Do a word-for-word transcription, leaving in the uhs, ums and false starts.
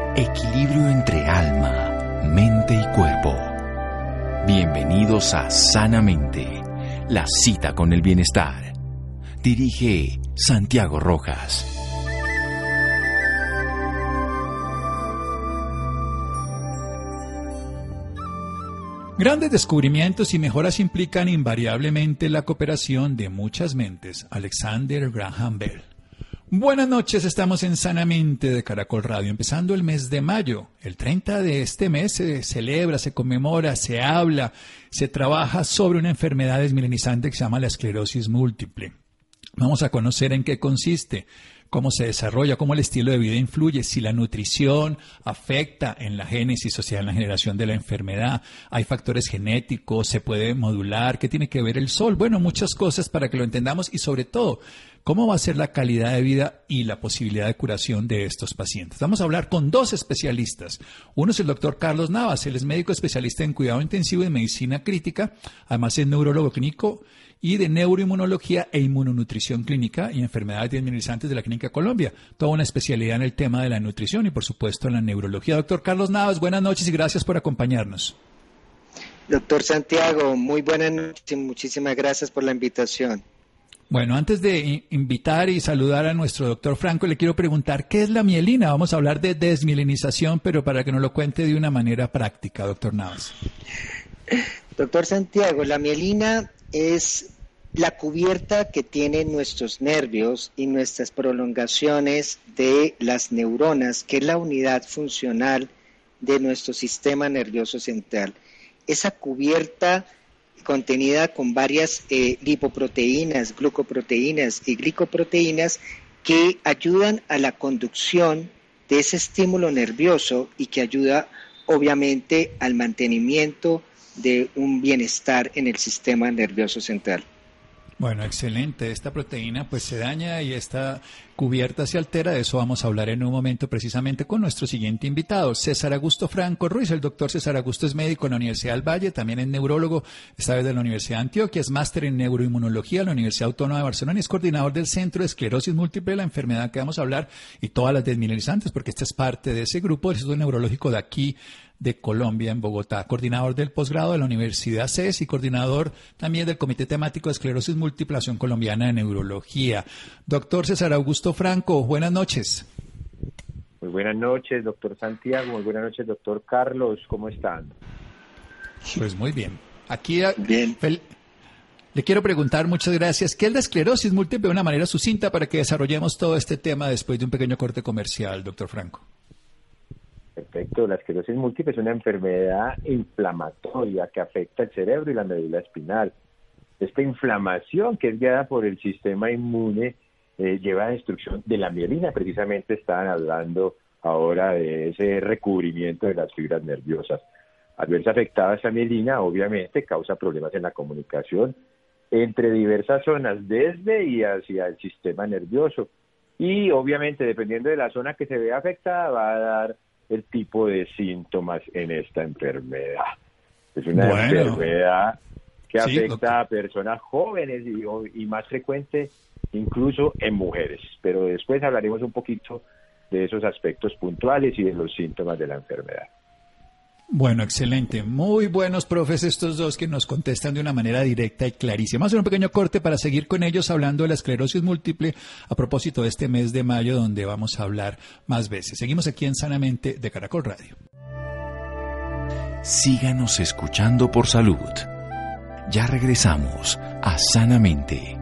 Equilibrio entre alma, mente y cuerpo. Bienvenidos a Sanamente, la cita con el bienestar. Dirige Santiago Rojas. Grandes descubrimientos y mejoras implican invariablemente la cooperación de muchas mentes. Alexander Graham Bell. Buenas noches, estamos en Sanamente de Caracol Radio, empezando el mes de mayo. El treinta de este mes se celebra, se conmemora, se habla, se trabaja sobre una enfermedad desmilenizante que se llama la esclerosis múltiple. Vamos a conocer en qué consiste, cómo se desarrolla, cómo el estilo de vida influye, si la nutrición afecta en la génesis, o sea, en la generación de la enfermedad, hay factores genéticos, se puede modular, qué tiene que ver el sol, bueno, muchas cosas para que lo entendamos y sobre todo, cómo va a ser la calidad de vida y la posibilidad de curación de estos pacientes. Vamos a hablar con dos especialistas. Uno es el doctor Carlos Navas, él es médico especialista en cuidado intensivo y medicina crítica, además es neurólogo clínico y de neuroinmunología e inmunonutrición clínica y enfermedades desmineralizantes de la Clínica Colombia. Toda una especialidad en el tema de la nutrición y, por supuesto, en la neurología. Doctor Carlos Navas, buenas noches y gracias por acompañarnos. Doctor Santiago, muy buenas noches y muchísimas gracias por la invitación. Bueno, antes de invitar y saludar a nuestro doctor Franco, le quiero preguntar, ¿qué es la mielina? Vamos a hablar de desmielinización, pero para que nos lo cuente de una manera práctica, doctor Navas. Doctor Santiago, la mielina es la cubierta que tienen nuestros nervios y nuestras prolongaciones de las neuronas, que es la unidad funcional de nuestro sistema nervioso central. Esa cubierta contenida con varias eh, lipoproteínas, glucoproteínas y glicoproteínas que ayudan a la conducción de ese estímulo nervioso y que ayuda obviamente al mantenimiento de un bienestar en el sistema nervioso central. Bueno, excelente. Esta proteína pues se daña y esta cubierta se altera. De eso vamos a hablar en un momento precisamente con nuestro siguiente invitado, César Augusto Franco Ruiz. El doctor César Augusto es médico en la Universidad del Valle, también es neurólogo, esta vez de la Universidad de Antioquia, es máster en neuroinmunología en la Universidad Autónoma de Barcelona y es coordinador del Centro de Esclerosis Múltiple, la enfermedad que vamos a hablar, y todas las desmineralizantes, porque esta es parte de ese grupo del Instituto Neurológico de aquí, de Colombia, en Bogotá, coordinador del posgrado de la Universidad C E S y coordinador también del Comité Temático de Esclerosis Múltiple, Asociación Colombiana de Neurología. Doctor César Augusto Franco, buenas noches. Muy buenas noches, doctor Santiago, muy buenas noches, doctor Carlos, ¿cómo están? Pues muy bien. Aquí bien. Fel- le quiero preguntar, muchas gracias, ¿qué es la esclerosis múltiple de una manera sucinta para que desarrollemos todo este tema después de un pequeño corte comercial, doctor Franco? Perfecto, la esclerosis múltiple es una enfermedad inflamatoria que afecta el cerebro y la médula espinal. Esta inflamación, que es guiada por el sistema inmune, eh, lleva a destrucción de la mielina. Precisamente estaban hablando ahora de ese recubrimiento de las fibras nerviosas. Al verse afectada esa mielina, obviamente causa problemas en la comunicación entre diversas zonas, desde y hacia el sistema nervioso. Y obviamente, dependiendo de la zona que se vea afectada, va a dar el tipo de síntomas en esta enfermedad. Es una bueno. enfermedad que sí, afecta doctor. a personas jóvenes y, y más frecuente incluso en mujeres, pero después hablaremos un poquito de esos aspectos puntuales y de los síntomas de la enfermedad. Bueno, excelente. Muy buenos profes estos dos que nos contestan de una manera directa y clarísima. Vamos a hacer un pequeño corte para seguir con ellos hablando de la esclerosis múltiple a propósito de este mes de mayo donde vamos a hablar más veces. Seguimos aquí en Sanamente de Caracol Radio. Síganos escuchando por salud. Ya regresamos a Sanamente.